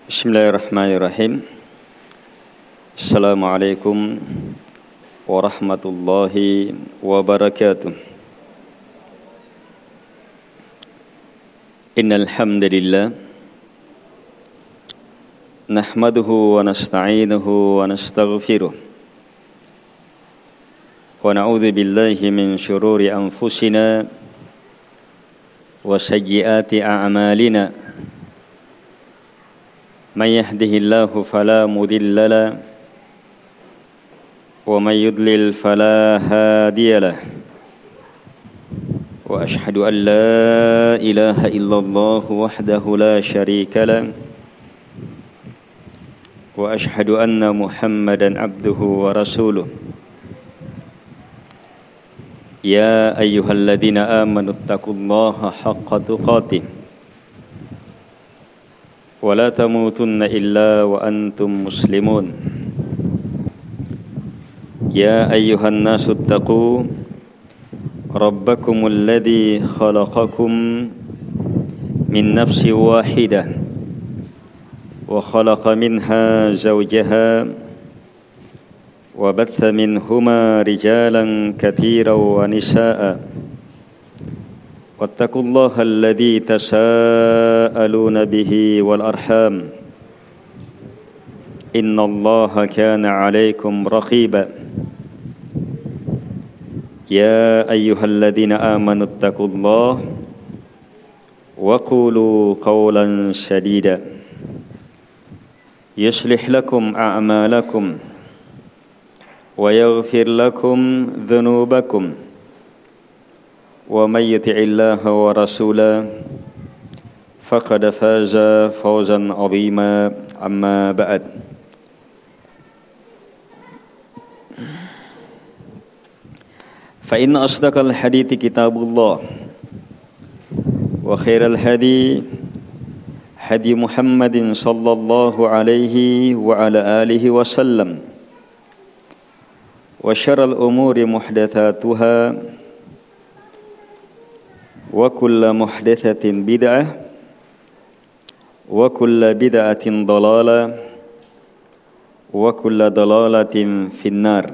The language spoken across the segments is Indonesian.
Bismillahirrahmanirrahim. Assalamualaikum warahmatullahi wabarakatuh. Innal hamdalillah nahmaduhu wa nasta'inuhu wa nastaghfiruh wa na'udzu billahi min shururi anfusina wa sayyiati a'malina. Man yahdihillahu fala mudilla lahu wa man yudlil fala hadiya lahu. Wa ashhadu an la ilaha illallah wahdahu la syarika lahu wa ashhadu anna Muhammadan abduhu wa rasuluh. Ya ayyuhalladzina amanu taqullaha haqqa tuqatih wa la tamutunna illa wa antum muslimun. Ya ayyuhan nasu taqu rabbakumul ladzi khalaqakum min nafsin wahidah wa khalaqa minha zawjaha wa batha minhuma rijalan katsiran wa nisaa'a. Wattaqullaha alladzi tasaaluna bihi wal arham. Innallaha kana 'alaikum raqiba. Ya ayyuhalladzina amanu taqullaha wa qulu qawlan sadida. Yuslih lakum a'malakum wa yaghfir lakum dhunubakum. Wa may yuti'illaha wa rasulahu faqad faza fawzan 'azima. Amma ba'd. Fa inna asdaqal hadithi kitabullah wa khairal hadi hadi Muhammadin sallallahu alaihi wa ala alihi wa sallam wa syarrul umuri muhdatsatuha wa kullu muhdatsatin bid'ah wa kullu bid'atin dhalalah wa kullu dhalalatin finnar.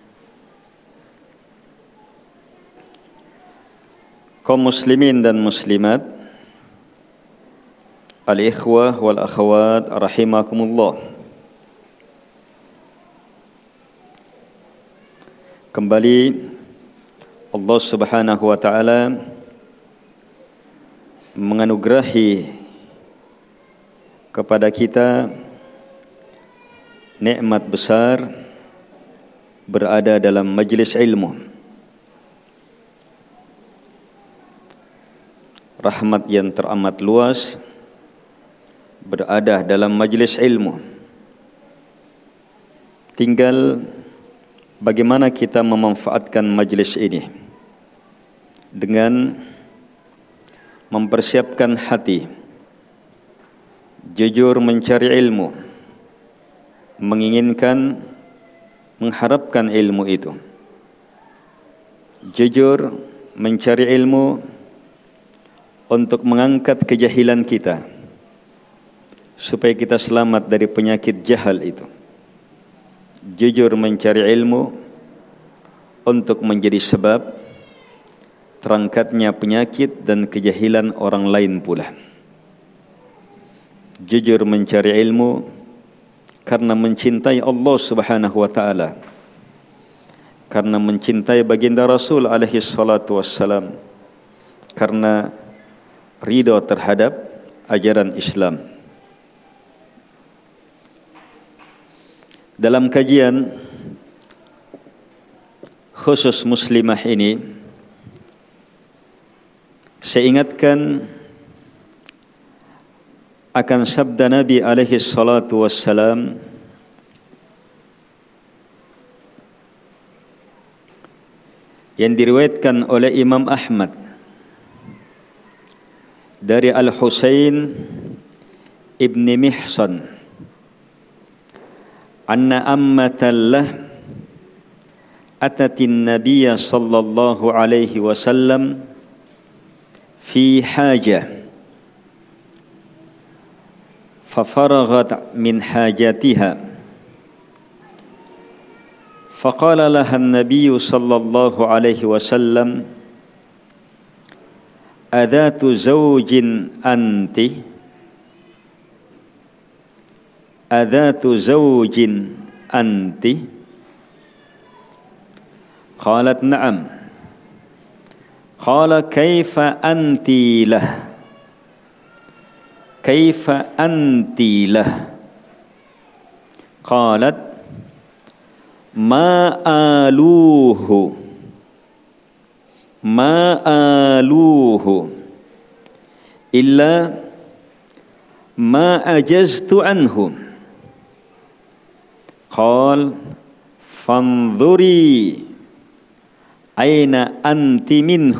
Kaum muslimin dan muslimat, al-ikhwah wal akhwat rahimakumullah. Kembali Allah Subhanahu wa taala menganugerahi kepada kita nikmat besar berada dalam majlis ilmu. Rahmat yang teramat luas berada dalam majlis ilmu. Tinggal bagaimana kita memanfaatkan majlis ini dengan mempersiapkan hati, jujur mencari ilmu, menginginkan, mengharapkan ilmu itu. Jujur mencari ilmu untuk mengangkat kejahilan kita, supaya kita selamat dari penyakit jahal itu. Jujur mencari ilmu untuk menjadi sebab terangkatnya penyakit dan kejahilan orang lain pula. Jujur mencari ilmu karena mencintai Allah Subhanahu wa taala, karena mencintai baginda Rasul alaihi salatu wassalam, karena ridha terhadap ajaran Islam. Dalam kajian khusus muslimah ini, saya ingatkan akan sabda Nabi alaihi salatu wassalam yang diriwayatkan oleh Imam Ahmad dari Al-Husain ibni Mihsan, anna ammatallah atatin nabiyya sallallahu alaihi wasallam fi hajah ففرغت من حاجاتها فقال لها النبي صلى الله عليه وسلم أذات زوج أنت أذات زوج أنت قالت نعم قال كيف أنت له كيف أنت له قالت ما آلوه إلا ما أجزت عنه قال فانظري أين أنت منه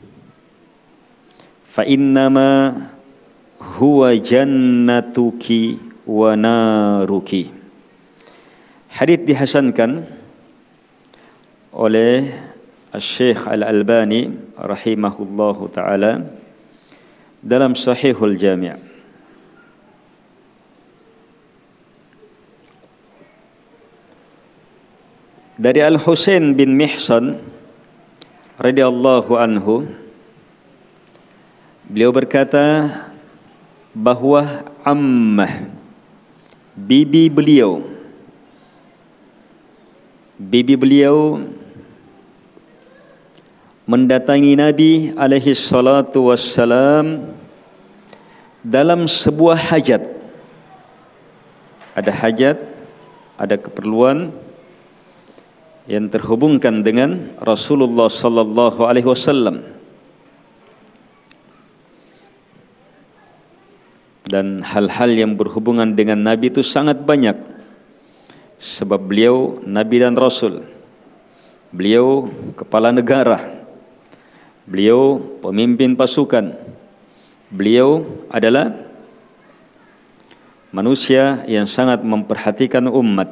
فإنما هو جنتك ونارك. Hadits dihasankan oleh Syekh Al-Albani rahimahullahu taala dalam Sahihul Jami'. Dari Al-Husain bin Mihsan radhiyallahu anhu, beliau berkata bahwa ammah, bibi beliau mendatangi Nabi alaihi salatu wassalam dalam sebuah hajat. Ada hajat, ada keperluan yang terhubungkan dengan Rasulullah sallallahu alaihi wasallam. Dan hal-hal yang berhubungan dengan Nabi itu sangat banyak. Sebab beliau Nabi dan Rasul, beliau kepala negara, beliau pemimpin pasukan, beliau adalah manusia yang sangat memperhatikan umat.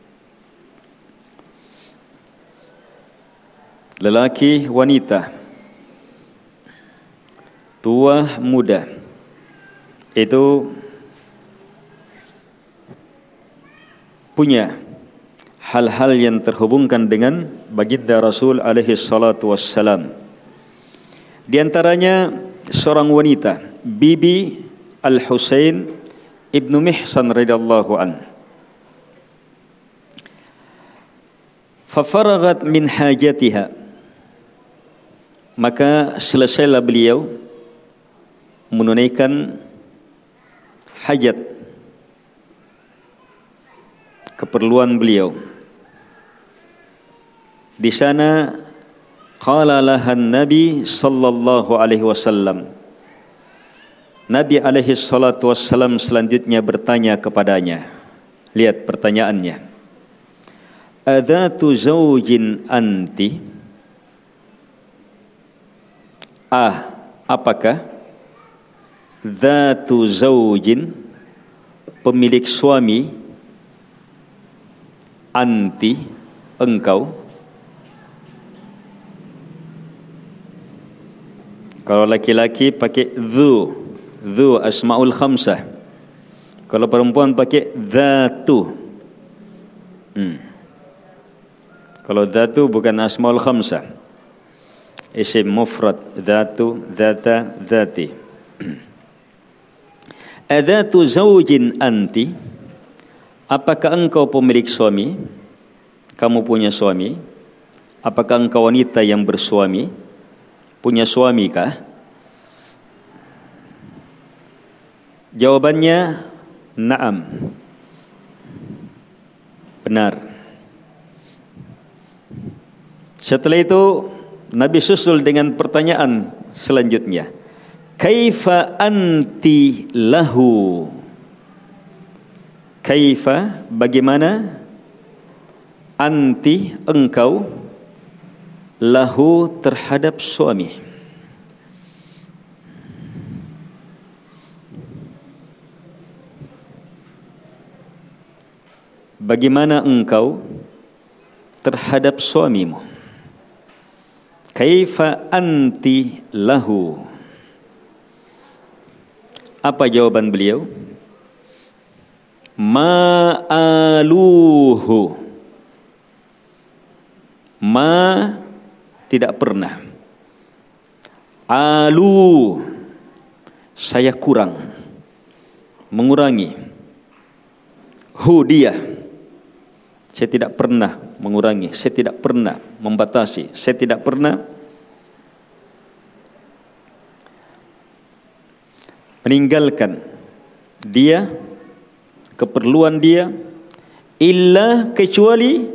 Lelaki, wanita, tua, muda, itu punya hal-hal yang terhubungkan dengan baginda Rasul alaihi salatu wassalam. Di antaranya seorang wanita, Bibi Al-Husain ibnu Mihsan radhiyallahu an. Fafaragat min hajatiha, maka selesailah beliau menunaikan hajat, keperluan beliau. Di sana qala lahan Nabi sallallahu alaihi wasallam, Nabi alaihi salatu wassalam selanjutnya bertanya kepadanya. Lihat pertanyaannya. Adzatu zaujin anti? Apakah dzatu zaujin, pemilik suami, anti, engkau? Kalau laki-laki pakai dzu asmaul khamsah. Kalau perempuan pakai dzatu. Kalau dzatu bukan asmaul khamsah, isim mufrad, dzatu, dzata, dzati. Adzatu zaujin anti? Apakah engkau pemilik suami? Kamu punya suami? Apakah engkau wanita yang bersuami? Punya suami kah? Jawabannya na'am, benar. Setelah itu Nabi susul dengan pertanyaan selanjutnya. Kaifa anti lahu? Kaifa, bagaimana, anti, engkau, lahu, terhadap suami. Bagaimana engkau terhadap suamimu? Kaifa anti lahu? Apa jawaban beliau? Ma'aluhu. Ma tidak pernah. Alu saya kurang, mengurangi. Hu dia, saya tidak pernah mengurangi, saya tidak pernah membatasi, saya tidak pernah meninggalkan dia, keperluan dia, illa kecuali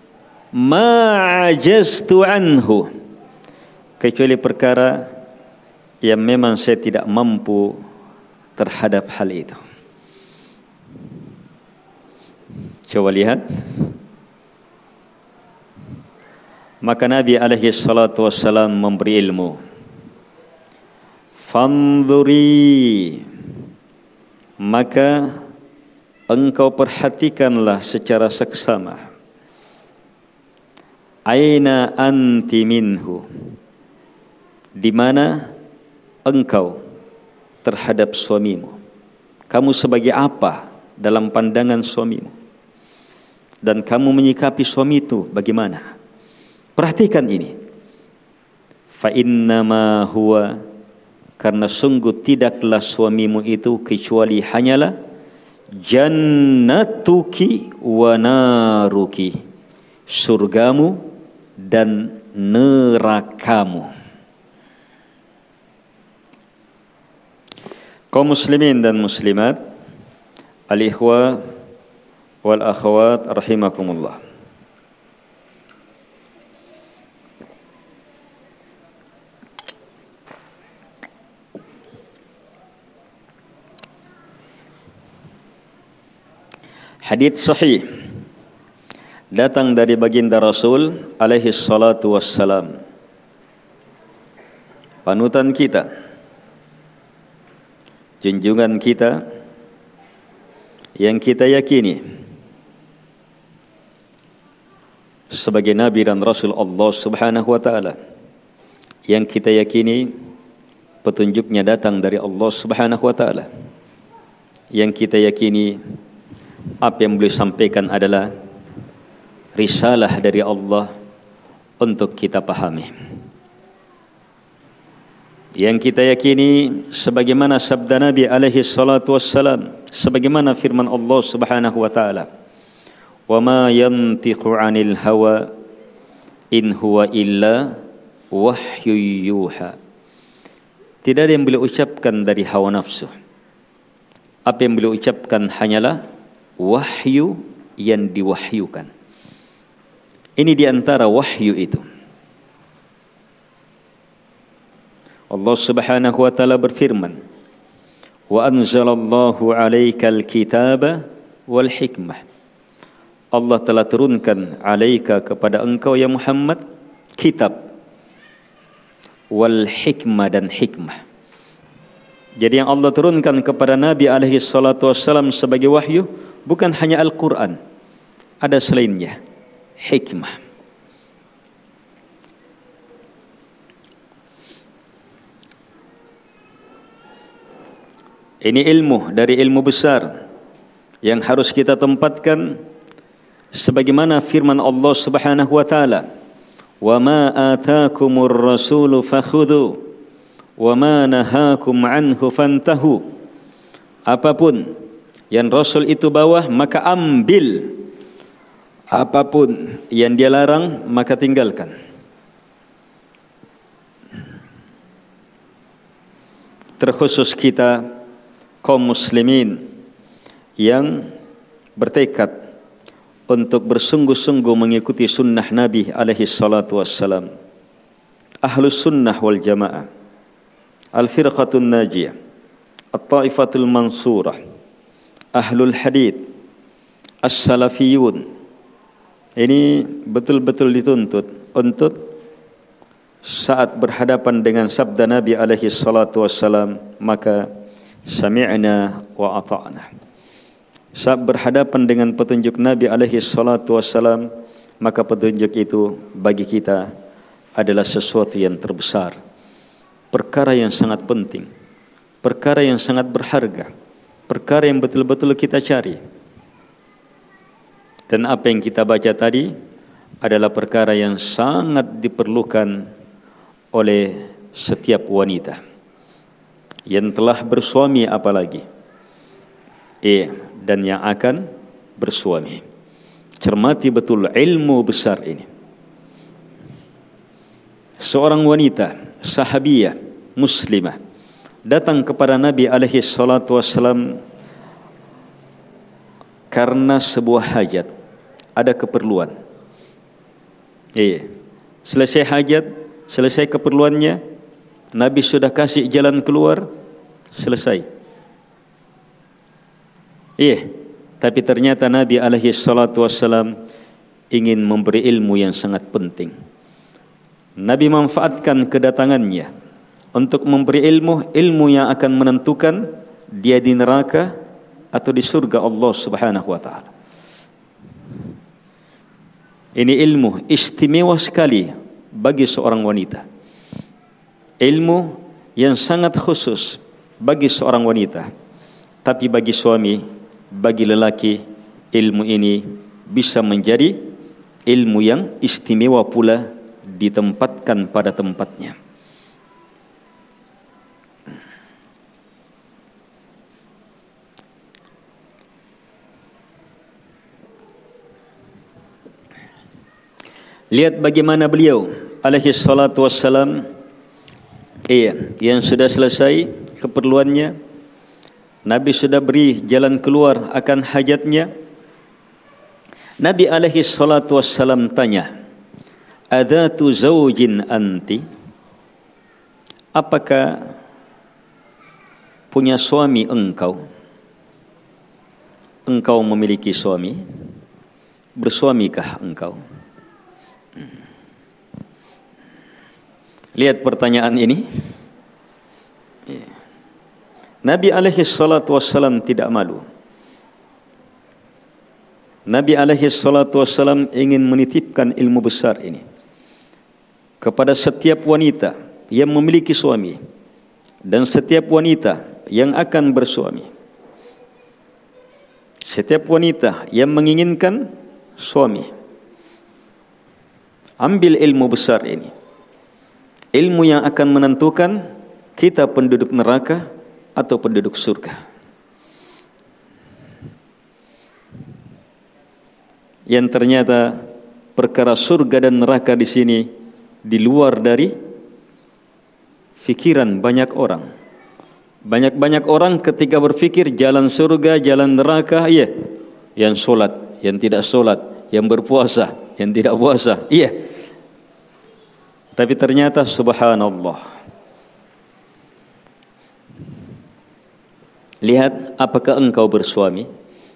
ma'ajaztu anhu, kecuali perkara yang memang saya tidak mampu terhadap hal itu. Coba lihat. Maka Nabi alaihi salatu wassalam memberi ilmu. Fandhuri, maka engkau perhatikanlah secara seksama. Aina anti minhu, di mana engkau terhadap suamimu. Kamu sebagai apa dalam pandangan suamimu? Dan kamu menyikapi suami itu bagaimana? Perhatikan ini. Fa innama huwa, karena sungguh tidaklah suamimu itu kecuali hanyalah jannatuki wa naruki, surgamu dan nerakamu. Kaum muslimin dan muslimat, al-ikhwa wal akhwat rahimakumullah. Hadits sahih datang dari baginda Rasul alaihi salatu wassalam, panutan kita, junjungan kita yang kita yakini sebagai Nabi dan Rasul Allah Subhanahu wa ta'ala, yang kita yakini petunjuknya datang dari Allah Subhanahu wa ta'ala, yang kita yakini apa yang beliau sampaikan adalah risalah dari Allah untuk kita pahami, yang kita yakini sebagaimana sabda Nabi alaihi salatu wassalam, sebagaimana firman Allah Subhanahu wa ta'ala, wa ma yantiqu 'anil hawa in huwa illa wahyu yuha. Tidak ada yang beliau ucapkan dari hawa nafsu. Apa yang beliau ucapkan hanyalah wahyu yang diwahyukan. Ini di antara wahyu itu. Allah Subhanahu wa ta'ala berfirman, wa anzalallahu 'alaikal kitaba wal hikmah. Allah telah turunkan alaika kepada engkau ya Muhammad kitab wal hikmah dan hikmah. Jadi yang Allah turunkan kepada Nabi alaihi salatu wassalam sebagai wahyu bukan hanya Al-Quran, ada selainnya, hikmah. Ini ilmu dari ilmu besar yang harus kita tempatkan sebagaimana firman Allah Subhanahu wa ta'ala, wa ma ataakumur rasulu fakhudhu wa ma nahakum anhu fantahu. Apapun yang Rasul itu bawa maka ambil, apapun yang dia larang maka tinggalkan. Terkhusus kita kaum muslimin yang bertekad untuk bersungguh-sungguh mengikuti sunnah Nabi alaihi salatu wassalam, ahlus sunnah wal jamaah, al-firqatun najiyah, at-taifatul mansurah, ahlul hadith, as-salafiyun. Ini betul-betul dituntut untuk saat berhadapan dengan sabda Nabi alaihi salatu wassalam maka sami'na wa ata'na. Saat berhadapan dengan petunjuk Nabi alaihi salatu wassalam, maka petunjuk itu bagi kita adalah sesuatu yang terbesar, perkara yang sangat penting, perkara yang sangat berharga, perkara yang betul-betul kita cari. Dan apa yang kita baca tadi adalah perkara yang sangat diperlukan oleh setiap wanita yang telah bersuami apalagi, dan yang akan bersuami. Cermati betul ilmu besar ini. Seorang wanita sahabiyah muslimah datang kepada Nabi alaihi salatu wassalam karena sebuah hajat, ada keperluan. Selesai hajat, selesai keperluannya, Nabi sudah kasih jalan keluar, selesai. Tapi ternyata Nabi alaihi salatu wassalam ingin memberi ilmu yang sangat penting. Nabi manfaatkan kedatangannya untuk memberi ilmu yang akan menentukan dia di neraka atau di surga Allah Subhanahu wa taala. Ini ilmu istimewa sekali bagi seorang wanita. Ilmu yang sangat khusus bagi seorang wanita. Tapi bagi suami, bagi lelaki, ilmu ini bisa menjadi ilmu yang istimewa pula ditempatkan pada tempatnya. Lihat bagaimana beliau alaihi salatu wassalam yang sudah selesai keperluannya, Nabi sudah beri jalan keluar akan hajatnya. Nabi alaihi salatu wassalam tanya, "Adzatu zaujin anti?" Apakah punya suami engkau? Engkau memiliki suami? Bersuamikah engkau? Lihat pertanyaan ini. Nabi alaihi salatu wassalam tidak malu. Nabi alaihi salatu wassalam ingin menitipkan ilmu besar ini kepada setiap wanita yang memiliki suami dan setiap wanita yang akan bersuami. Setiap wanita yang menginginkan suami, ambil ilmu besar ini. Ilmu yang akan menentukan kita penduduk neraka atau penduduk surga. Yang ternyata perkara surga dan neraka di sini di luar dari fikiran banyak orang. Banyak orang ketika berpikir jalan surga, jalan neraka, yang solat, yang tidak solat, yang berpuasa, yang tidak puasa, Tapi ternyata subhanallah, lihat apakah engkau bersuami?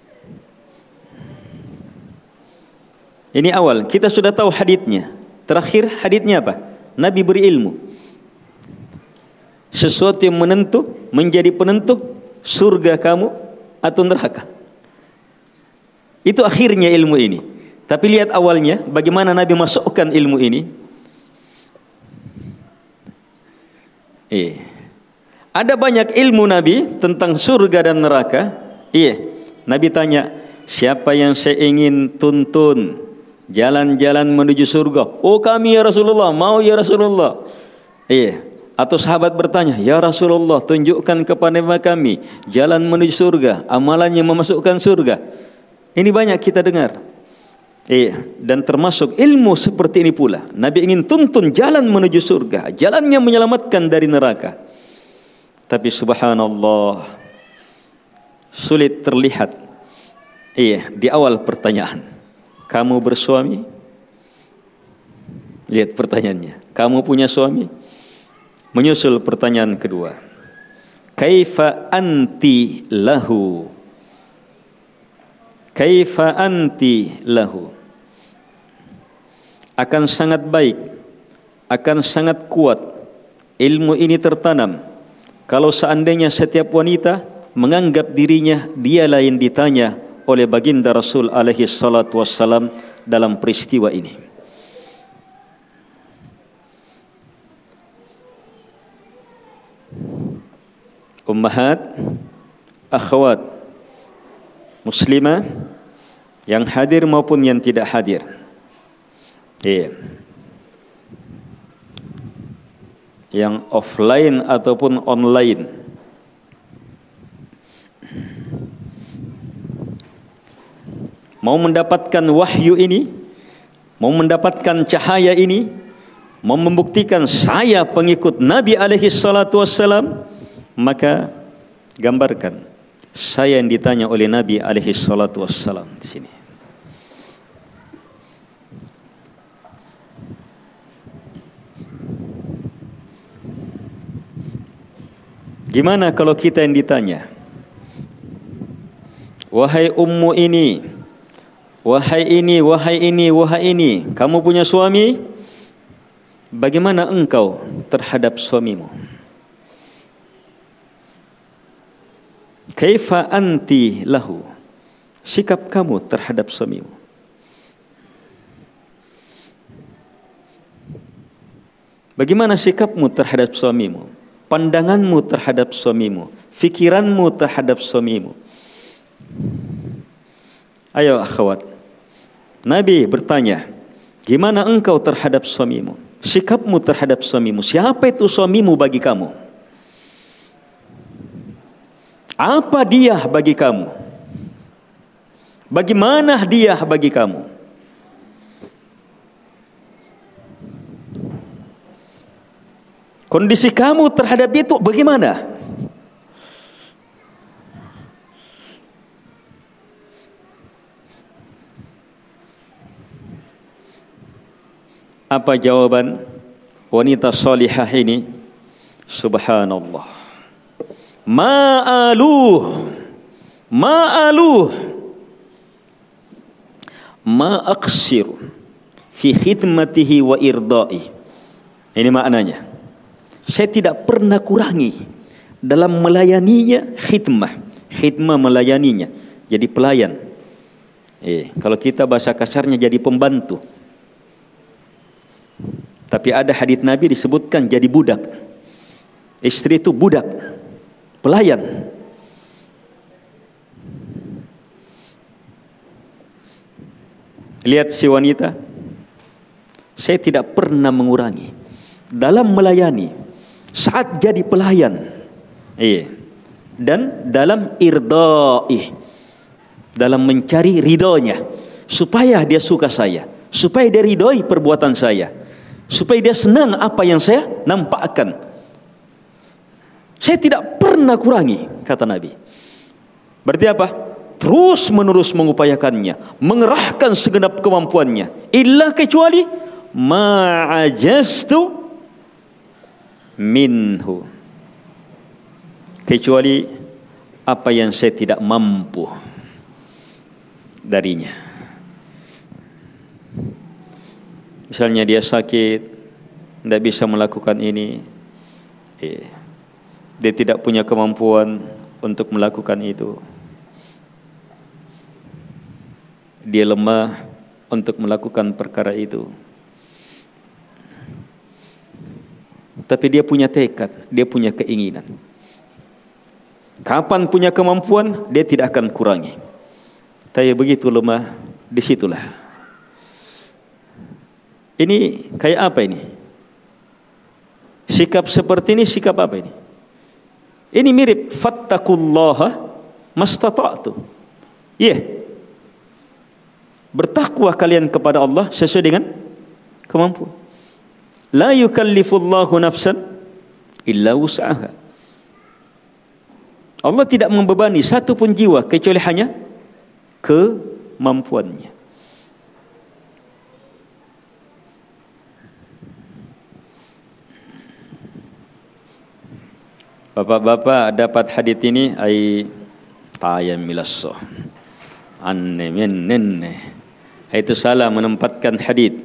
Ini awal, kita sudah tahu haditsnya. Terakhir haditsnya apa? Nabi beri ilmu. Sesuatu yang menjadi penentu surga kamu atau neraka. Itu akhirnya ilmu ini. Tapi lihat awalnya, bagaimana Nabi masukkan ilmu ini. Ada banyak ilmu Nabi tentang surga dan neraka. Nabi tanya, siapa yang saya ingin tuntun jalan-jalan menuju surga? Oh, kami ya Rasulullah, mau ya Rasulullah. Atau sahabat bertanya, ya Rasulullah, tunjukkan kepada kami jalan menuju surga, amalannya memasukkan surga. Ini banyak kita dengar. Dan termasuk ilmu seperti ini pula. Nabi ingin tuntun jalan menuju surga, jalannya menyelamatkan dari neraka. Tapi subhanallah, sulit terlihat. Di awal pertanyaan, kamu bersuami? Lihat pertanyaannya, kamu punya suami? Menyusul pertanyaan kedua, kaifa anti lahu? Kaifa anti lahu? Akan sangat baik, akan sangat kuat ilmu ini tertanam kalau seandainya setiap wanita menganggap dirinya dialah yang ditanya oleh baginda Rasul alaihi salatu wassalam dalam peristiwa ini. Ummahat, akhwat muslimah yang hadir maupun yang tidak hadir. Iya. Yang offline ataupun online. Mau mendapatkan wahyu ini, mau mendapatkan cahaya ini, mau membuktikan saya pengikut Nabi alaihi salatu wassalam, maka gambarkan saya yang ditanya oleh Nabi alaihi salatu wassalam di sini. Gimana kalau kita yang ditanya? Wahai ummu ini, wahai ini, wahai ini, wahai ini, kamu punya suami? Bagaimana engkau terhadap suamimu? Kaifa anti lahu? Sikap kamu terhadap suamimu. Bagaimana sikapmu terhadap suamimu? Pandanganmu terhadap suamimu, fikiranmu terhadap suamimu. Ayo akhwat, Nabi bertanya, gimana engkau terhadap suamimu? Sikapmu terhadap suamimu. Siapa itu suamimu bagi kamu? Apa dia bagi kamu? Bagaimana dia bagi kamu? Kondisi kamu terhadap itu bagaimana? Apa jawaban wanita salihah ini? Subhanallah. Ma'aluh, ma'aluh, ma'aksiru fi khidmatihi wa irdai. Ini maknanya. Saya tidak pernah kurangi dalam melayaninya khidmah. Khidmah melayaninya. Jadi pelayan. Kalau kita bahasa kasarnya jadi pembantu. Tapi ada hadits Nabi disebutkan jadi budak. Istri itu budak. Pelayan. Lihat si wanita. Saya tidak pernah mengurangi dalam melayani. Saat jadi pelayan, dan dalam irdai, dalam mencari ridhonya, supaya dia suka saya, supaya dia ridhoi perbuatan saya, supaya dia senang apa yang saya nampakkan. Saya tidak pernah kurangi, kata Nabi. Berarti apa? Terus menerus mengupayakannya, mengerahkan segenap kemampuannya, illa kecuali ma'ajaztu minhu, kecuali apa yang saya tidak mampu darinya. Misalnya dia sakit, tidak bisa melakukan ini, dia tidak punya kemampuan untuk melakukan itu, dia lemah untuk melakukan perkara itu. Tapi dia punya tekad, dia punya keinginan. Kapan punya kemampuan, dia tidak akan kurangi. Tapi begitu lemah, disitulah. Ini kayak apa ini? Sikap seperti ini, sikap apa ini? Ini mirip fattaqullaha mastata'tu. Bertakwa kalian kepada Allah sesuai dengan kemampuan. La yukallifullahu nafsan illa wus'aha. Allah tidak membebani satu pun jiwa kecuali hanya kemampuannya. Bapak-bapak dapat hadits ini ai tayam milasso. Anne menne. Itu salah menempatkan hadits.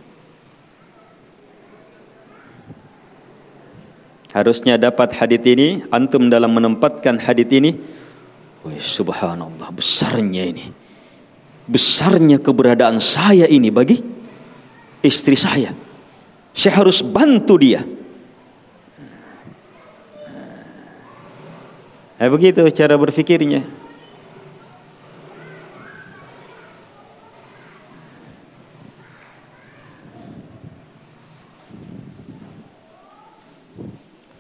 Harusnya dapat hadits ini, antum dalam menempatkan hadits ini, subhanallah, besarnya ini. Besarnya keberadaan saya ini bagi istri saya. Saya harus bantu dia. Begitu cara berfikirnya.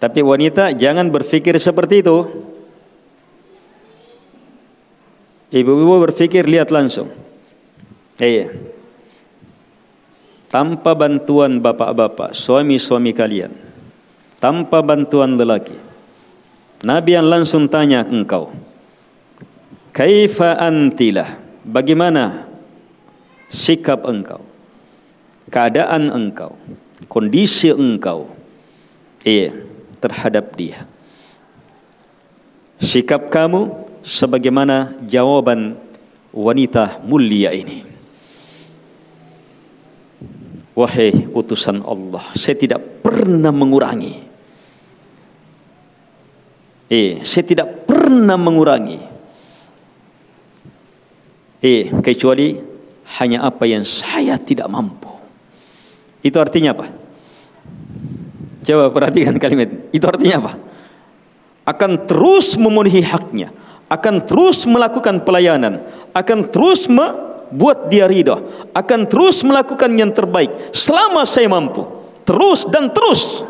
Tapi wanita jangan berpikir seperti itu. Ibu-ibu berpikir, lihat langsung. Iya. Tanpa bantuan bapak-bapak, suami-suami kalian, tanpa bantuan lelaki, Nabi yang langsung tanya engkau, kaifa antilah, bagaimana sikap engkau, keadaan engkau, kondisi engkau, terhadap dia. Sikap kamu sebagaimana jawaban wanita mulia ini. Wahai utusan Allah, saya tidak pernah mengurangi. Saya tidak pernah mengurangi. Kecuali hanya apa yang saya tidak mampu. Itu artinya apa? Coba perhatikan kalimat. Itu artinya apa? Akan terus memenuhi haknya, akan terus melakukan pelayanan, akan terus membuat dia ridha, akan terus melakukan yang terbaik selama saya mampu. Terus dan terus.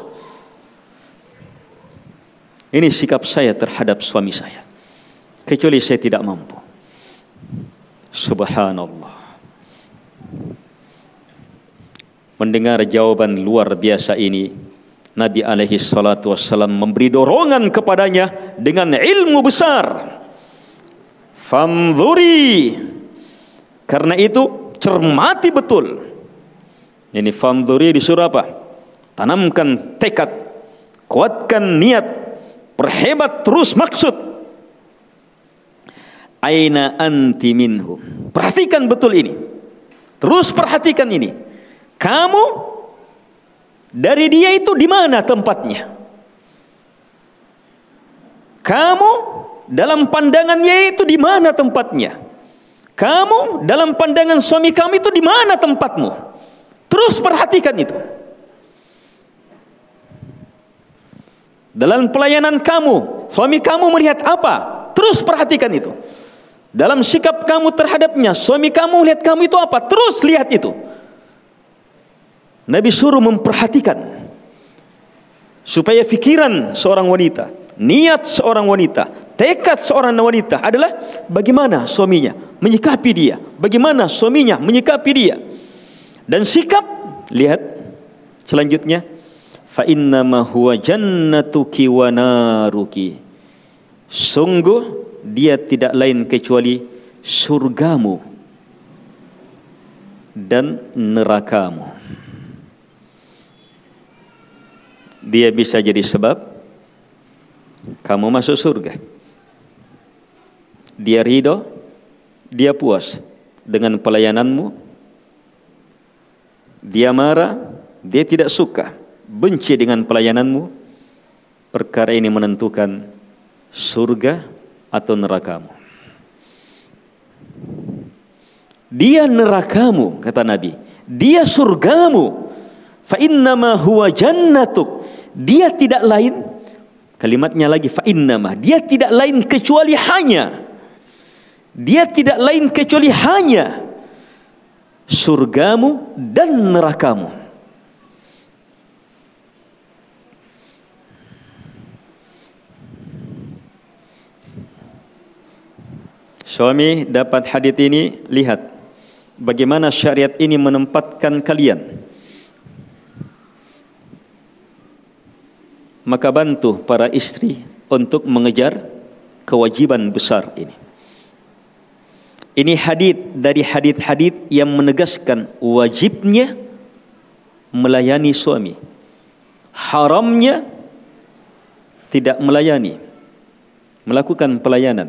Ini sikap saya terhadap suami saya. Kecuali saya tidak mampu. Subhanallah. Mendengar jawaban luar biasa ini, Nabi alaihi salatu wassalam memberi dorongan kepadanya dengan ilmu besar. Fanzuri. Karena itu cermati betul. Ini fanzuri disuruh apa? Tanamkan tekad, kuatkan niat, perhebat terus maksud. Aina anti minhu. Perhatikan betul ini. Terus perhatikan ini. Kamu dari dia itu di mana tempatnya? Kamu dalam pandangannya itu di mana tempatnya? Kamu dalam pandangan suami kamu itu di mana tempatmu? Terus perhatikan itu. Dalam pelayanan kamu, suami kamu melihat apa? Terus perhatikan itu. Dalam sikap kamu terhadapnya, suami kamu melihat kamu itu apa? Terus lihat itu. Nabi suruh memperhatikan supaya fikiran seorang wanita, niat seorang wanita, tekad seorang wanita adalah bagaimana suaminya menyikapi dia, bagaimana suaminya menyikapi dia. Dan sikap, lihat selanjutnya, fa innama huwa jannatuki wa naruki. Sungguh dia tidak lain kecuali surgamu dan nerakamu. Dia bisa jadi sebab kamu masuk surga. Dia ridho, dia puas dengan pelayananmu. Dia marah, dia tidak suka, benci dengan pelayananmu. Perkara ini menentukan surga atau nerakamu. Dia nerakamu, kata Nabi. Dia surgamu. Fa innama huwa jannatuk. Dia tidak lain, kalimatnya lagi fa innama, dia tidak lain kecuali hanya. Dia tidak lain kecuali hanya surgamu dan nerakamu. Suami dapat hadits ini, lihat bagaimana syariat ini menempatkan kalian. Maka bantu para istri untuk mengejar kewajiban besar ini. Ini hadits dari hadits yang menegaskan wajibnya melayani suami, haramnya tidak melayani, melakukan pelayanan,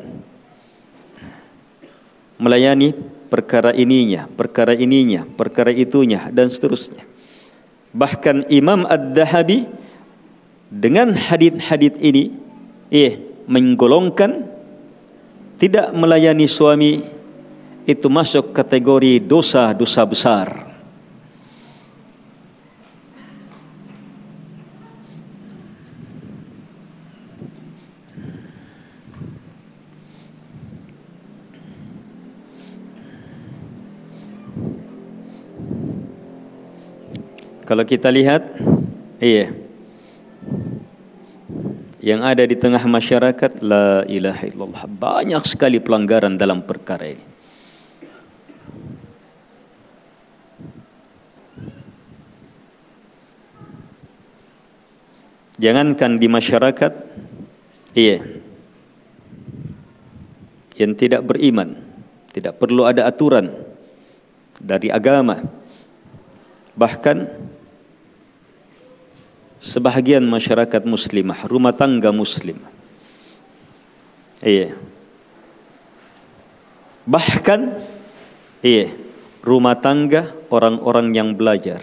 melayani perkara ininya, perkara itunya, dan seterusnya. Bahkan Imam Ad-Dahabi dengan hadits ini menggolongkan tidak melayani suami itu masuk kategori dosa-dosa besar. Kalau kita lihat, yang ada di tengah masyarakat, la ilaha illallah, banyak sekali pelanggaran dalam perkara ini. Jangankan di masyarakat, yang tidak beriman, tidak perlu ada aturan dari agama. Bahkan sebahagian masyarakat muslimah, rumah tangga muslim, bahkan rumah tangga orang-orang yang belajar.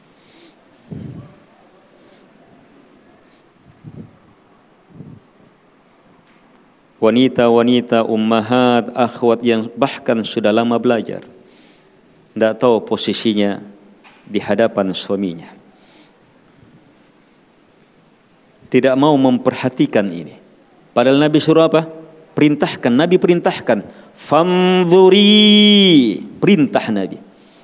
Wanita-wanita, ummahat, akhwat yang bahkan sudah lama belajar, tidak tahu posisinya di hadapan suaminya, tidak mau memperhatikan ini. Padahal Nabi suruh apa? Perintahkan. Nabi perintahkan, fanzuri, perintah Nabi.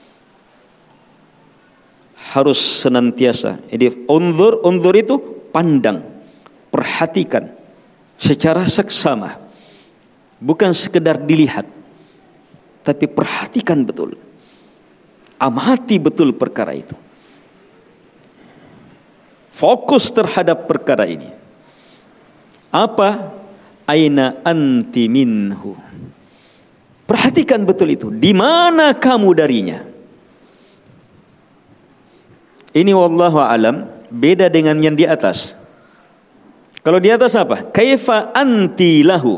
Harus senantiasa. Jadi unzur itu pandang, perhatikan secara seksama, bukan sekedar dilihat, tapi perhatikan betul, amati betul perkara itu, fokus terhadap perkara ini. Apa? Aina anti minhu, perhatikan betul itu, di mana kamu darinya. Ini wallahu alam beda dengan yang di atas. Kalau di atas apa? Kaifa anti lahu,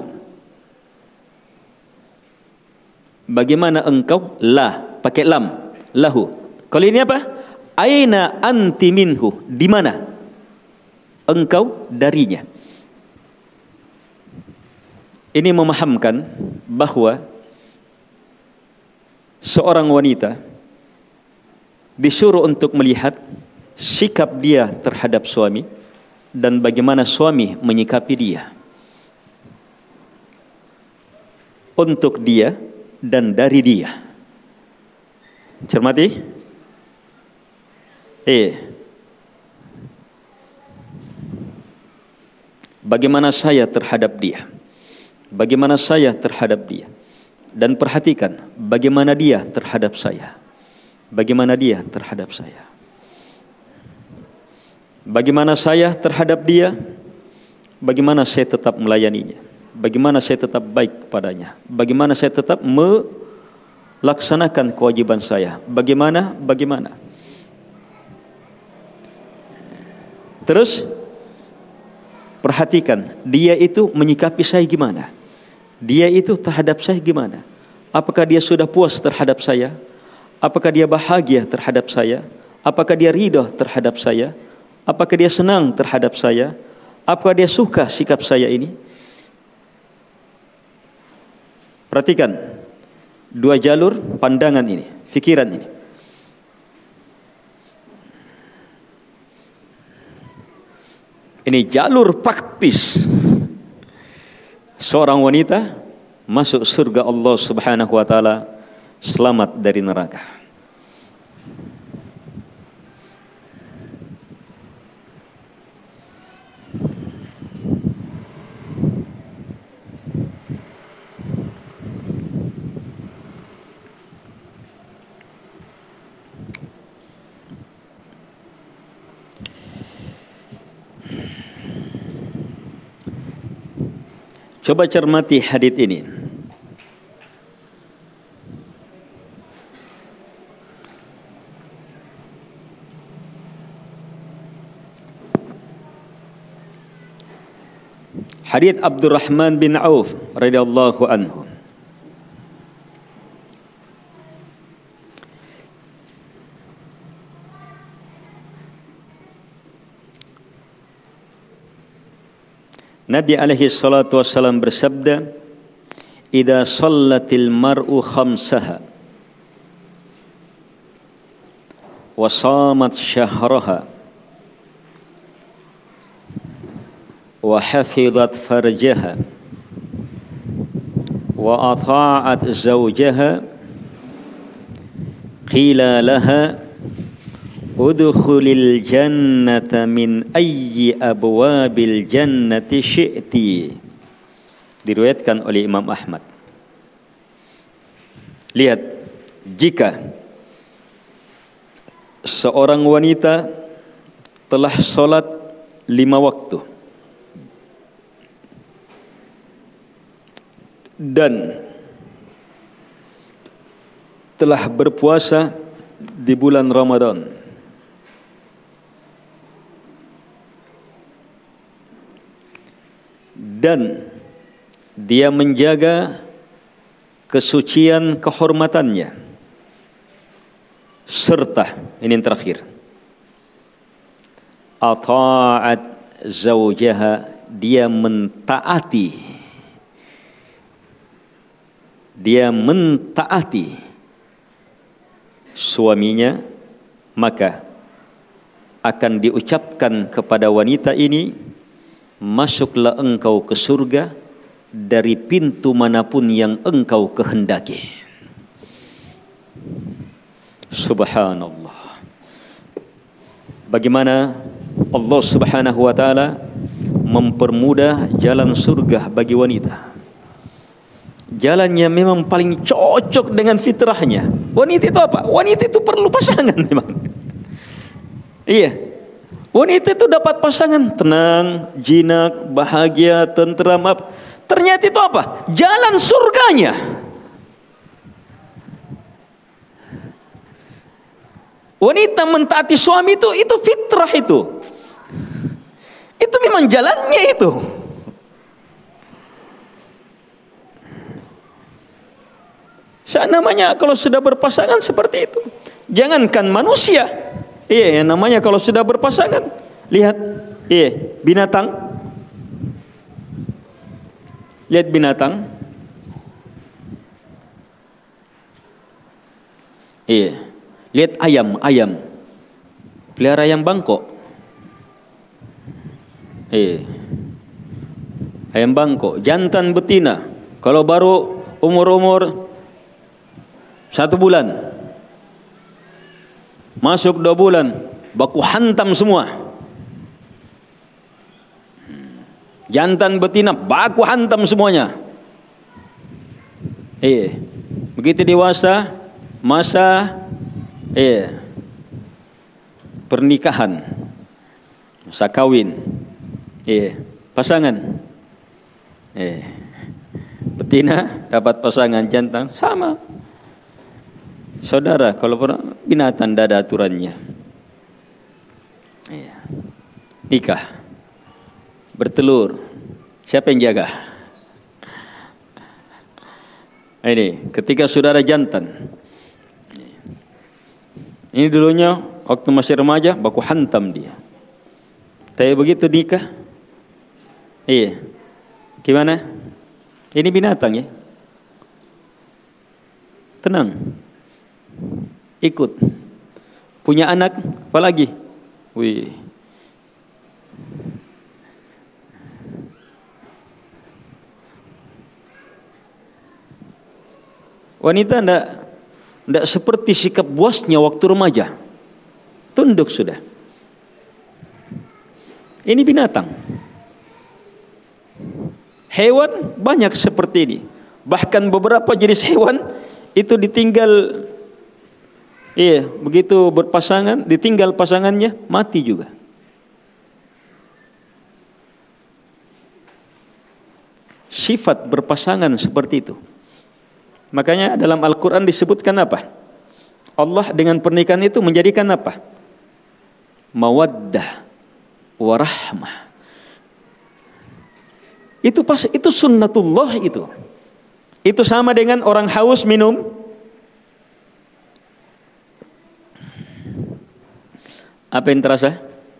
bagaimana engkau? La, pakai lam, lahu. Kalau ini apa? Aina anti minhu, di mana engkau darinya. Ini memahamkan bahwa seorang wanita disuruh untuk melihat sikap dia terhadap suami dan bagaimana suami menyikapi dia, untuk dia dan dari dia. Cermati. Bagaimana saya terhadap dia, bagaimana saya terhadap dia, dan perhatikan bagaimana dia terhadap saya, bagaimana dia terhadap saya. Bagaimana saya terhadap dia, bagaimana saya tetap melayaninya, bagaimana saya tetap baik kepadanya, bagaimana saya tetap melaksanakan kewajiban saya, bagaimana. Terus perhatikan dia itu menyikapi saya gimana, dia itu terhadap saya gimana. Apakah dia sudah puas terhadap saya, apakah dia bahagia terhadap saya, apakah dia ridha terhadap saya, apakah dia senang terhadap saya, apakah dia suka sikap saya ini. Perhatikan dua jalur pandangan ini, fikiran ini. Ini jalur praktis seorang wanita masuk surga Allah Subhanahu wa taala, selamat dari neraka. Coba cermati hadits ini. Hadits Abdurrahman bin Auf radhiyallahu anhu. Nabi alaihi salatu wassalam bersabda, "Idza shallatil mar'u khamsaha wa shamat syahraha wa hafizat farjaha wa ata'at zawjaha qila laha Udkhulil jannata min ayyi abwabil jannati syi'ti. Diriwayatkan oleh Imam Ahmad. Lihat, jika seorang wanita telah sholat 5 waktu dan telah berpuasa di bulan Ramadan, dan dia menjaga kesucian kehormatannya, serta ini yang terakhir, ata'at zawjaha, dia mentaati suaminya, maka akan diucapkan kepada wanita ini, masuklah engkau ke surga dari pintu manapun yang engkau kehendaki. Subhanallah. Bagaimana Allah Subhanahu wa taala mempermudah jalan surga bagi wanita. Jalannya memang paling cocok dengan fitrahnya. Wanita itu apa? Wanita itu perlu pasangan memang. Iya. Wanita itu dapat pasangan tenang, jinak, bahagia, tentram. Ternyata itu apa? Jalan surganya. Wanita mentaati suami itu fitrah itu. Itu memang jalannya itu. Namanya kalau sudah berpasangan seperti itu. Jangankan manusia. Iya, yang namanya kalau sudah berpasangan. Lihat, iya, binatang. Lihat binatang. Iya. Lihat ayam. Pelihara ayam bangkok. Iya. Ayam bangkok, jantan betina. Kalau baru umur 1 bulan, masuk 2 bulan, baku hantam semua. Jantan betina baku hantam semuanya. Begitu dewasa, masa pernikahan, masa kawin, pasangan. Betina dapat pasangan, jantan sama. Saudara, kalau binatang tidak ada aturannya. Nikah, bertelur, siapa yang jaga? Ini ketika saudara jantan, ini dulunya waktu masih remaja baku hantam dia. Tapi begitu nikah, gimana? Ini binatang ya, tenang, ikut, punya anak, apalagi, wanita tidak seperti sikap bosnya waktu remaja, tunduk sudah. Ini binatang. Hewan banyak seperti ini. Bahkan beberapa jenis hewan itu ditinggal, begitu berpasangan, ditinggal pasangannya, mati juga. Sifat berpasangan seperti itu. Makanya dalam Al-Quran disebutkan apa? Allah dengan pernikahan itu menjadikan apa? Mawaddah warahmah. Itu sunnatullah itu. Itu sama dengan orang haus minum. Apa yang terasa?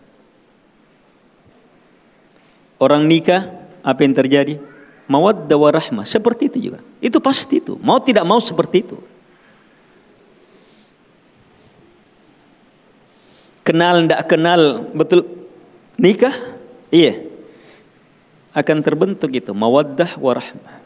Orang nikah, apa yang terjadi? Mawaddah warahmah. Seperti itu juga. Itu pasti itu. Mau tidak mau seperti itu. Kenal tidak kenal betul nikah? Iya. Akan terbentuk itu mawaddah warahmah.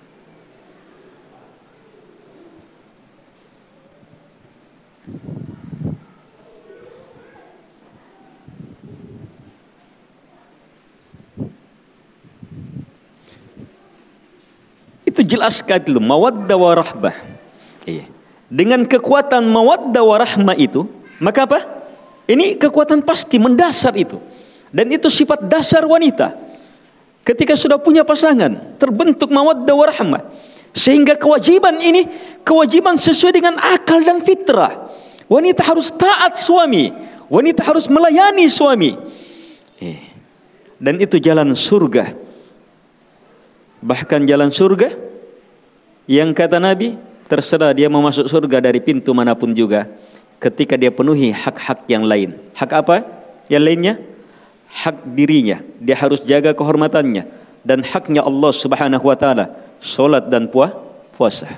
jelas sekali itu mawaddah warahmah. Iya. Dengan kekuatan mawaddah warahmah itu, maka apa? Ini kekuatan pasti mendasar itu. Dan itu sifat dasar wanita. Ketika sudah punya pasangan, terbentuk mawaddah warahmah. Sehingga kewajiban ini, kewajiban sesuai dengan akal dan fitrah. Wanita harus taat suami. Wanita harus melayani suami. Dan itu jalan surga. Bahkan jalan surga yang kata Nabi, terserah dia mau masuk surga dari pintu manapun juga, ketika dia penuhi hak-hak yang lain. Hak apa? Yang lainnya? Hak dirinya, dia harus jaga kehormatannya, dan haknya Allah Subhanahu wa taala, salat dan puasa.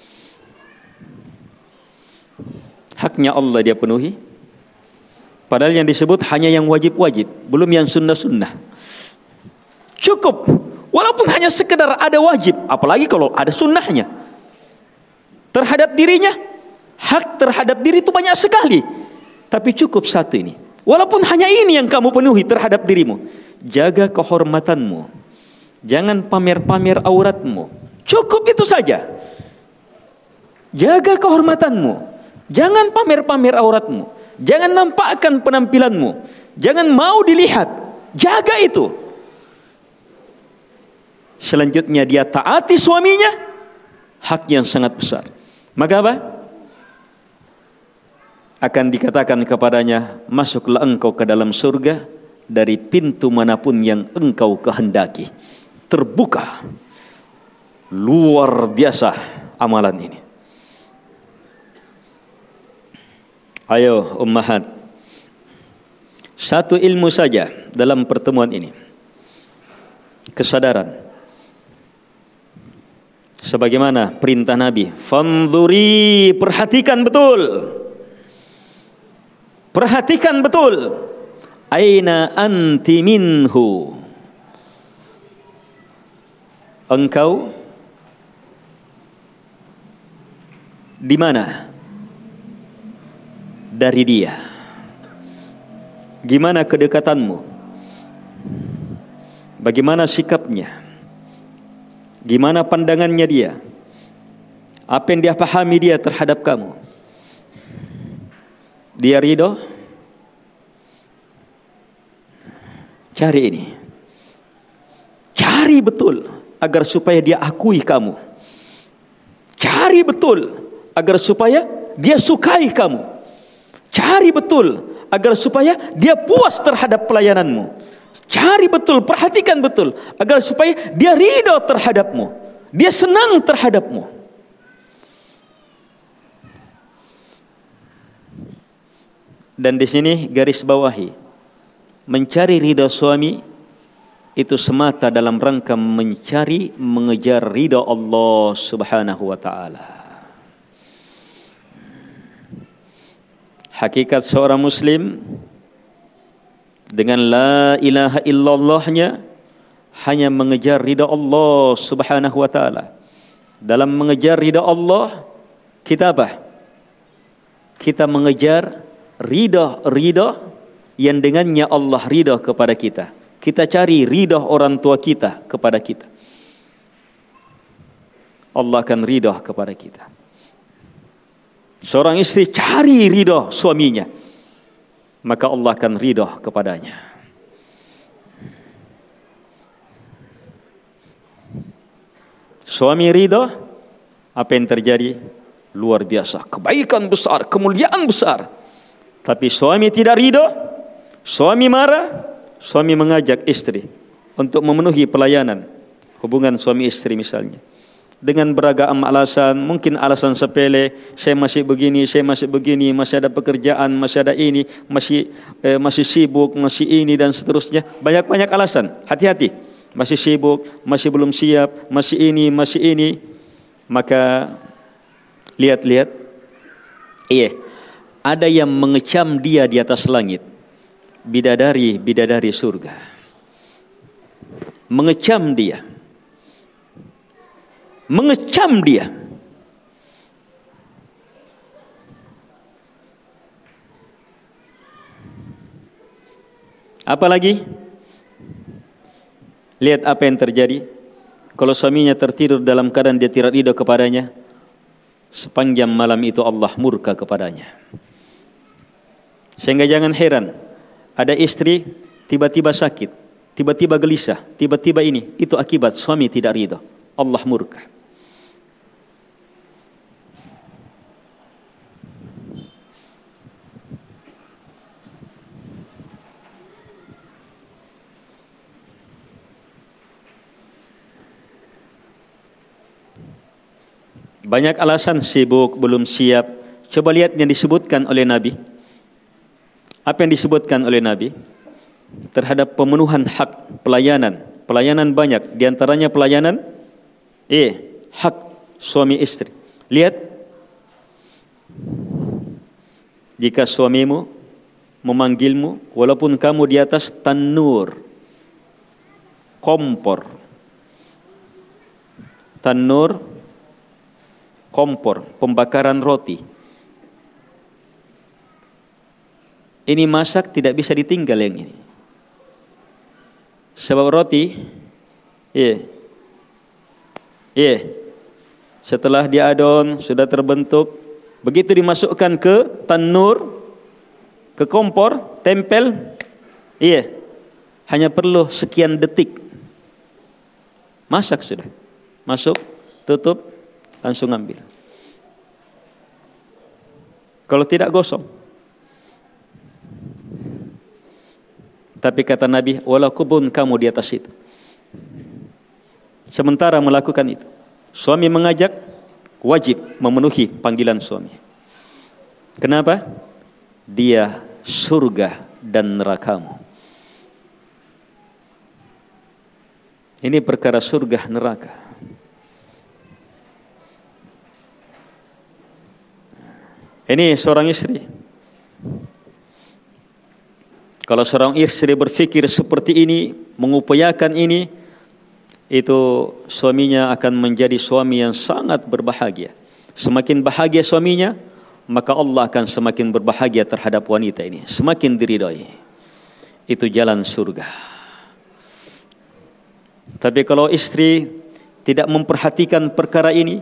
Haknya Allah dia penuhi. Padahal yang disebut hanya yang wajib-wajib, belum yang sunnah-sunnah. Cukup, walaupun hanya sekedar ada wajib, apalagi kalau ada sunnahnya. Terhadap dirinya, hak terhadap diri itu banyak sekali. Tapi cukup satu ini. Walaupun hanya ini yang kamu penuhi terhadap dirimu. Jaga kehormatanmu. Jangan pamer-pamer auratmu. Cukup itu saja. Jaga kehormatanmu. Jangan pamer-pamer auratmu. Jangan nampakkan penampilanmu. Jangan mau dilihat. Jaga itu. Selanjutnya dia taati suaminya. Hak yang sangat besar. Maka apa? Akan dikatakan kepadanya, masuklah engkau ke dalam surga dari pintu manapun yang engkau kehendaki. Terbuka. Luar biasa amalan ini. Ayo ummahat, satu ilmu saja dalam pertemuan ini. Kesadaran. Sebagaimana perintah Nabi, fanzuri, perhatikan betul. Perhatikan betul. Aina anti minhu. Engkau di mana? Dari dia. Gimana kedekatanmu? Bagaimana sikapnya? Gimana pandangannya dia? Apa yang dia pahami dia terhadap kamu? Dia ridho? Cari ini. Cari betul agar supaya dia akui kamu. Cari betul agar supaya dia sukai kamu. Cari betul agar supaya dia puas terhadap pelayananmu. Cari betul, perhatikan betul agar supaya dia ridho terhadapmu. Dia senang terhadapmu. Dan di sini garis bawahi, mencari ridha suami itu semata dalam rangka mencari, mengejar ridha Allah Subhanahu wa taala. Hakikat seorang muslim dengan la ilaha illallahnya hanya mengejar ridha Allah Subhanahu wa taala. Dalam mengejar ridha Allah, kita apa? Kita mengejar ridha yang dengannya Allah ridha kepada kita. Kita cari ridha orang tua kita kepada kita. Allah akan ridha kepada kita. Seorang istri cari ridha suaminya, maka Allah akan ridha kepadanya. Suami ridha, apa yang terjadi? Luar biasa, kebaikan besar, kemuliaan besar. Tapi suami tidak ridha, suami marah, suami mengajak istri untuk memenuhi pelayanan hubungan suami istri misalnya. Dengan beragam alasan, mungkin alasan sepele, saya masih begini, masih ada pekerjaan, masih ada ini, masih sibuk, masih ini dan seterusnya. Banyak-banyak alasan. Hati-hati. Masih sibuk, masih belum siap, masih ini. Maka lihat-lihat. Ada yang mengecam dia di atas langit. Bidadari surga. Mengecam dia. Apalagi? Lihat apa yang terjadi Kalau suaminya tertidur dalam keadaan dia tidak ridho kepadanya, sepanjang malam itu Allah murka kepadanya. Sehingga jangan heran, ada istri tiba-tiba sakit, tiba-tiba gelisah, tiba-tiba ini, itu akibat suami tidak ridho. Allah murka. Banyak alasan sibuk, belum siap. Coba lihat yang disebutkan oleh Nabi. Apa yang disebutkan oleh Nabi terhadap pemenuhan hak pelayanan. Pelayanan banyak, di antaranya pelayanan hak suami istri. Lihat, jika suamimu memanggilmu walaupun kamu di atas tanur, kompor, pembakaran roti. Ini masak tidak bisa ditinggal yang ini. Sebab roti, setelah diadon, sudah terbentuk, begitu dimasukkan ke tanur, ke kompor, tempel, hanya perlu sekian detik. Masak sudah. Masuk, tutup, langsung ambil. Kalau tidak gosong. Tapi kata Nabi, walaupun kamu di atas itu. Sementara melakukan itu, suami mengajak, wajib memenuhi panggilan suami. Kenapa? Dia surga dan nerakamu. Ini perkara surga neraka. Ini seorang istri. Kalau seorang istri berfikir seperti ini, mengupayakan ini, itu suaminya akan menjadi suami yang sangat berbahagia. Semakin bahagia suaminya, maka Allah akan semakin berbahagia terhadap wanita ini. Semakin diridhai. Itu jalan surga. Tapi kalau istri tidak memperhatikan perkara ini,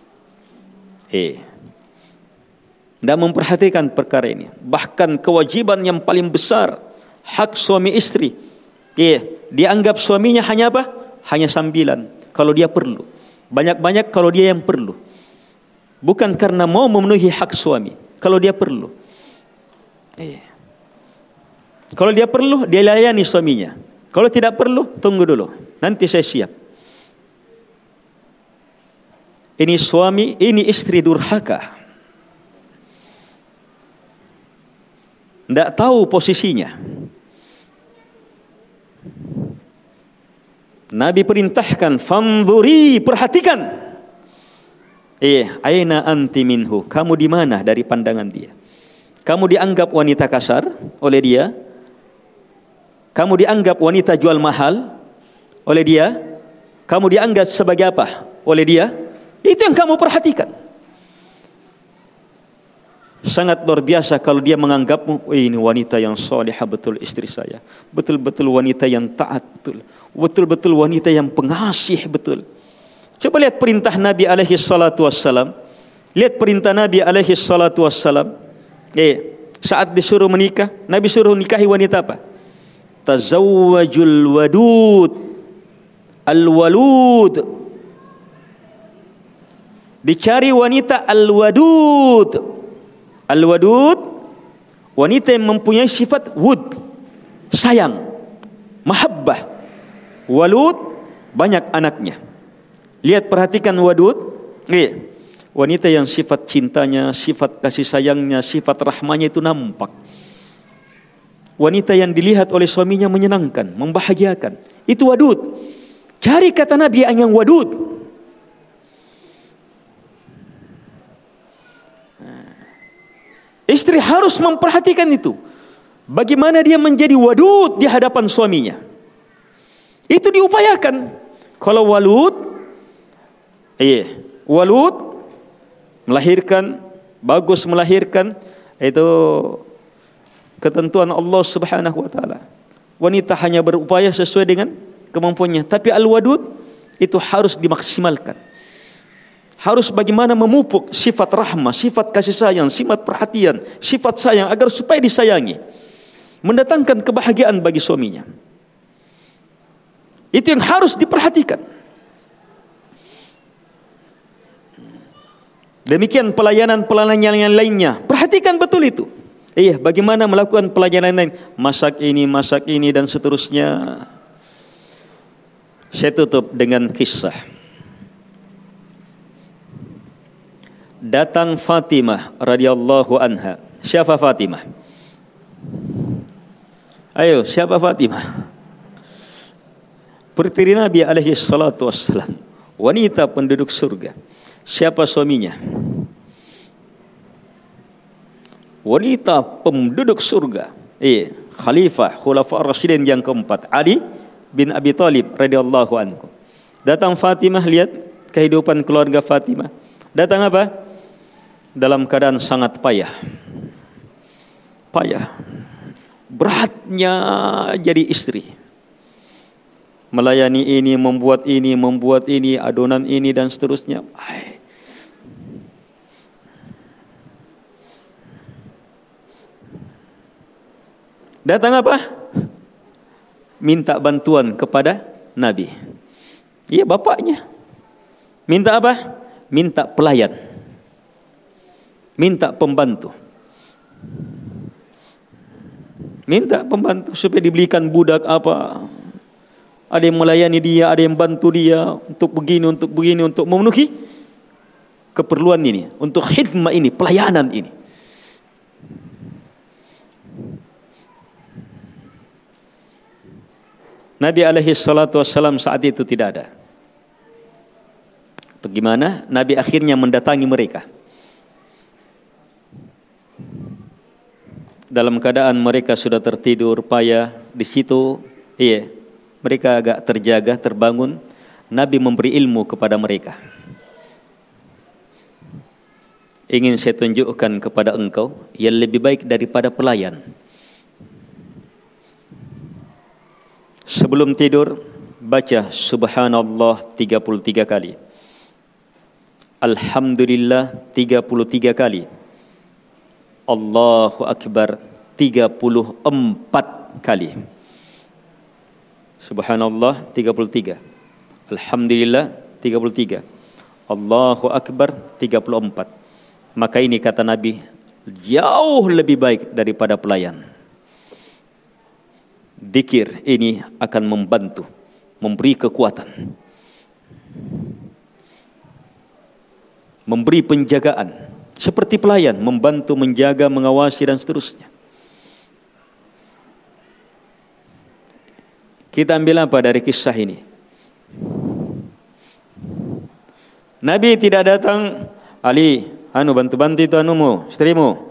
tidak memperhatikan perkara ini, bahkan kewajiban yang paling besar, hak suami istri, dianggap suaminya hanya apa? Hanya sambilan kalau dia perlu, banyak-banyak kalau dia yang perlu, bukan karena mau memenuhi hak suami. Kalau dia perlu, kalau dia perlu, dia layani suaminya. Kalau tidak perlu, tunggu dulu, nanti saya siap. Ini suami, ini istri durhaka. Tidak tahu posisinya. Nabi perintahkan, fanzuri, perhatikan. Aina anti minhu, kamu di mana dari pandangan dia? Kamu dianggap wanita kasar oleh dia? Kamu dianggap wanita jual mahal oleh dia? Kamu dianggap sebagai apa oleh dia? Itu yang kamu perhatikan. Sangat luar biasa kalau dia menganggapmu, ini wanita yang salihah betul istri saya, betul-betul wanita yang taat betul, betul-betul wanita yang pengasih betul. Coba lihat perintah Nabi alaihi salatu wassalam. Lihat perintah Nabi alaihi salatu wassalam. Saat disuruh menikah, Nabi suruh nikahi wanita apa? Tazawwajul wadud, al-walud. Dicari wanita al-wadud. Al-wadud, wanita yang mempunyai sifat wud, sayang, mahabbah. Walud, banyak anaknya. Lihat, perhatikan wadud. Wanita yang sifat cintanya, sifat kasih sayangnya, sifat rahmanya itu nampak. Wanita yang dilihat oleh suaminya menyenangkan, membahagiakan. Itu wadud. Cari kata Nabi yang wadud. Istri harus memperhatikan itu. Bagaimana dia menjadi wadud di hadapan suaminya. Itu diupayakan. Kalau walud, walud melahirkan, bagus melahirkan, itu ketentuan Allah Subhanahu wa taala. Wanita hanya berupaya sesuai dengan kemampuannya. Tapi al-wadud, itu harus dimaksimalkan. Harus bagaimana memupuk sifat rahmah, sifat kasih sayang, sifat perhatian, sifat sayang agar supaya disayangi. Mendatangkan kebahagiaan bagi suaminya. Itu yang harus diperhatikan. Demikian pelayanan-pelayanan yang lainnya. Perhatikan betul itu. Bagaimana melakukan pelayanan lain. Masak ini dan seterusnya. Saya tutup dengan kisah. Datang Fatimah radhiyallahu anha. Siapa Fatimah? Ayo, siapa Fatimah? Putri Nabi alaihi salatu wassalam. Wanita penduduk surga. Siapa suaminya? Wanita penduduk surga. Khalifah Khulafa Rasyidin yang keempat, Ali bin Abi Thalib radhiyallahu anhu. Datang Fatimah, lihat kehidupan keluarga Fatimah. Datang apa? Dalam keadaan sangat payah. Beratnya jadi istri. Melayani ini, membuat ini, adonan ini dan seterusnya. Datang apa? Minta bantuan kepada Nabi. Bapaknya. Minta apa? Minta pelayan. Minta pembantu. Minta pembantu supaya dibelikan budak apa. Ada yang melayani dia, ada yang bantu dia untuk begini, untuk memenuhi keperluan ini, untuk khidmah ini, pelayanan ini. Nabi alaihi salatu wassalam saat itu tidak ada. Bagaimana? Nabi akhirnya mendatangi mereka. Dalam keadaan mereka sudah tertidur, payah. Di situ, mereka agak terjaga, terbangun. Nabi memberi ilmu kepada mereka. Ingin saya tunjukkan kepada engkau yang lebih baik daripada pelayan. Sebelum tidur, baca subhanallah 33 kali. Alhamdulillah 33 kali. Allahu Akbar 34 kali. Subhanallah 33. Alhamdulillah 33. Allahu Akbar 34. Maka ini kata Nabi, jauh lebih baik daripada pelayan. Dzikir ini akan membantu, memberi kekuatan, memberi penjagaan. Seperti pelayan, membantu, menjaga, mengawasi dan seterusnya. Kita ambil apa dari kisah ini? Nabi tidak datang, Ali, bantu-bantu itu anumu, istrimu.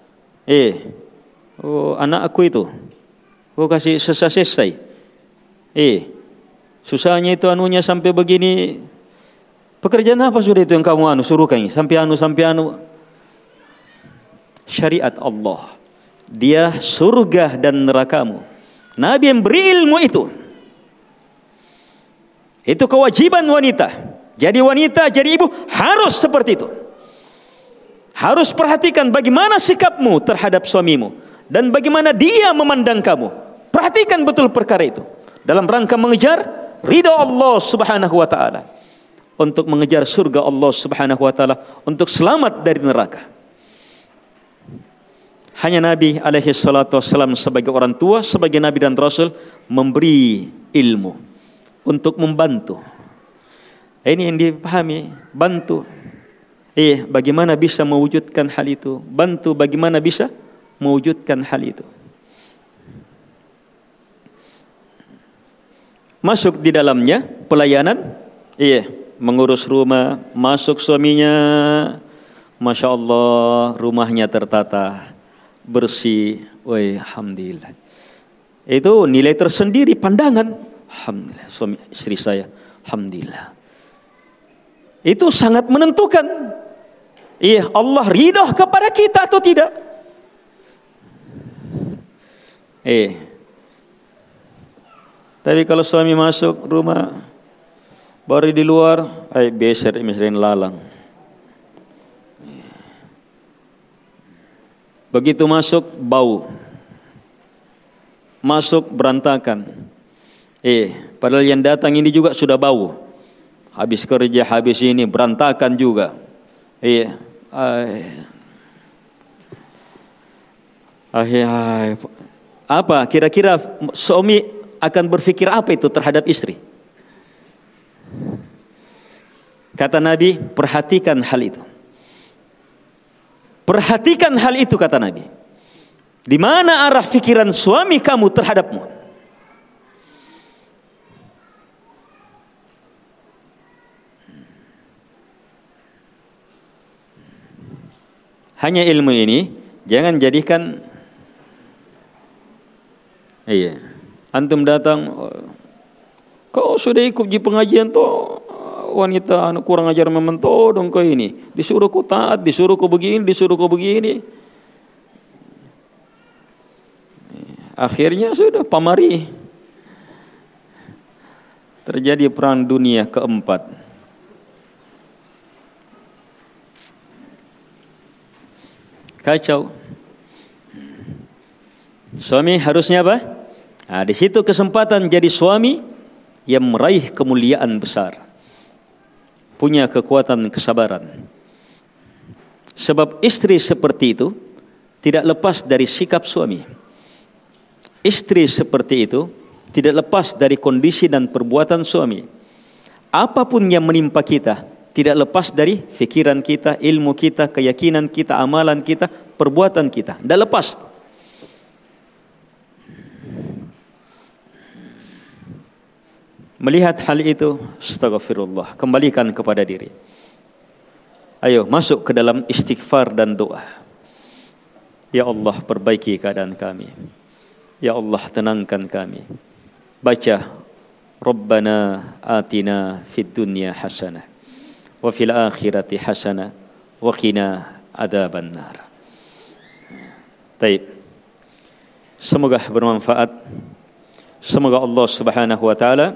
Anak aku itu. Kasih selesai. Susahnya itu anunya sampai begini. Pekerjaan apa sudah itu yang kamu suruhkan ini? Sampai anu. Syariat Allah. Dia surga dan nerakamu. Nabi yang beri ilmu itu. Itu kewajiban wanita. Jadi wanita, jadi ibu harus seperti itu. Harus perhatikan bagaimana sikapmu terhadap suamimu. Dan bagaimana dia memandang kamu. Perhatikan betul perkara itu. Dalam rangka mengejar ridha Allah subhanahu wa ta'ala. Untuk mengejar surga Allah subhanahu wa ta'ala. Untuk selamat dari neraka. Hanya Nabi alaihi salatu wassalam sebagai orang tua, sebagai Nabi dan Rasul, memberi ilmu. Untuk membantu. Ini yang dipahami. Bantu. Bagaimana bisa mewujudkan hal itu. Bantu bagaimana bisa mewujudkan hal itu. Masuk di dalamnya pelayanan, mengurus rumah, masuk suaminya, Masya Allah, rumahnya tertata, bersih, alhamdulillah. Itu nilai tersendiri, pandangan. Alhamdulillah, suami istri saya, alhamdulillah. Itu sangat menentukan. Allah ridha kepada kita atau tidak. Tapi kalau suami masuk rumah Baru di luar, beser misalnya lalang. Begitu masuk, bau. Masuk berantakan. Padahal yang datang ini juga sudah bau. Habis kerja, habis ini berantakan juga. Apa kira-kira suami akan berpikir apa itu terhadap istri? Kata Nabi, perhatikan hal itu. Perhatikan hal itu, kata Nabi. Di mana arah pikiran suami kamu terhadapmu? Hanya ilmu ini jangan jadikan antum datang, kau sudah ikut di pengajian toh wanita kurang ajar mementoh dong kau ini. Disuruh kau taat, disuruh kau begini, disuruh kau begini. Akhirnya sudah pamari. Terjadi perang dunia keempat. Kacau. Suami harusnya apa? Nah, di situ kesempatan jadi suami yang meraih kemuliaan besar. Punya kekuatan kesabaran. Sebab istri seperti itu tidak lepas dari sikap suami. Istri seperti itu tidak lepas dari kondisi dan perbuatan suami. Apapun yang menimpa kita tidak lepas dari fikiran kita, ilmu kita, keyakinan kita, amalan kita, perbuatan kita. Tidak lepas. Melihat hal itu, astagfirullah, kembalikan kepada diri. Ayo masuk ke dalam istighfar dan doa. Ya Allah, perbaiki keadaan kami. Ya Allah, tenangkan kami. Baca, Rabbana atina fid dunya hasanah wa fil akhirati hasanah wa qina adzabannar. Baik. Semoga bermanfaat. Semoga Allah Subhanahu wa taala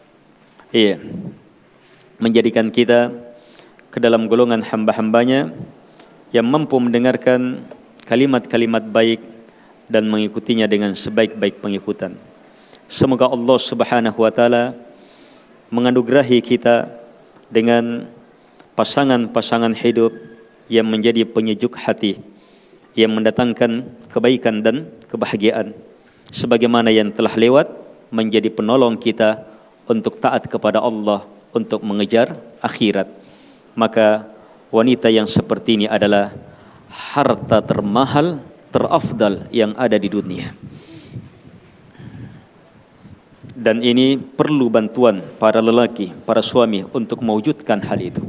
menjadikan kita ke dalam golongan hamba-hambanya yang mampu mendengarkan kalimat-kalimat baik dan mengikutinya dengan sebaik-baik pengikutan. Semoga Allah Subhanahu wa taala menganugerahi kita dengan pasangan-pasangan hidup yang menjadi penyejuk hati, yang mendatangkan kebaikan dan kebahagiaan, sebagaimana yang telah lewat menjadi penolong kita untuk taat kepada Allah, untuk mengejar akhirat. Maka wanita yang seperti ini adalah harta termahal, terafdal yang ada di dunia. Dan ini perlu bantuan para lelaki, para suami untuk mewujudkan hal itu.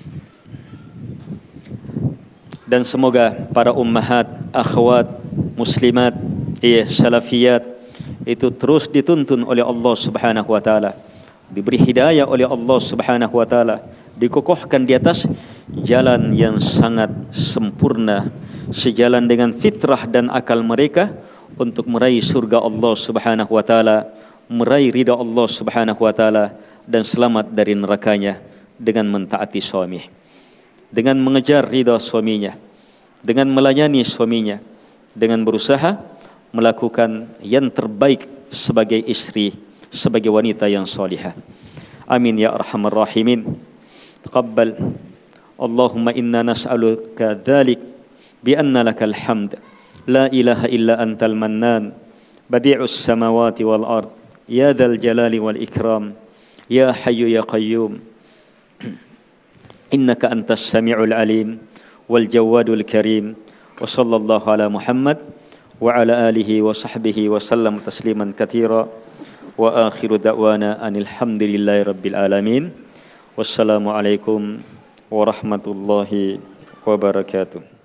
Dan semoga para ummahat, akhwat, muslimat, salafiyat itu terus dituntun oleh Allah Subhanahu wa taala, diberi hidayah oleh Allah Subhanahu wa taala, dikokohkan di atas jalan yang sangat sempurna, sejalan dengan fitrah dan akal mereka untuk meraih surga Allah Subhanahu wa taala, meraih ridha Allah Subhanahu wa taala dan selamat dari nerakanya dengan mentaati suami, dengan mengejar ridha suaminya, dengan melayani suaminya, dengan berusaha melakukan yang terbaik sebagai istri, sebagai wanita yang salihah. Amin ya arhamar rahimin. Taqabbal. Allahumma inna nas'aluka dzalik bi anna lakal hamd la ilaha illa antal mannan badi'us samawati wal ard ya dzal jalali wal ikram ya hayyu ya qayyum innaka antas sami'ul alim wal jawadul karim wa sallallahu ala Muhammad wa ala alihi wa sahbihi wa sallam tasliman katsira wa akhiru da'wana anil hamdulillahi rabbil alamin. Wassalamu alaikum warahmatullahi wabarakatuh.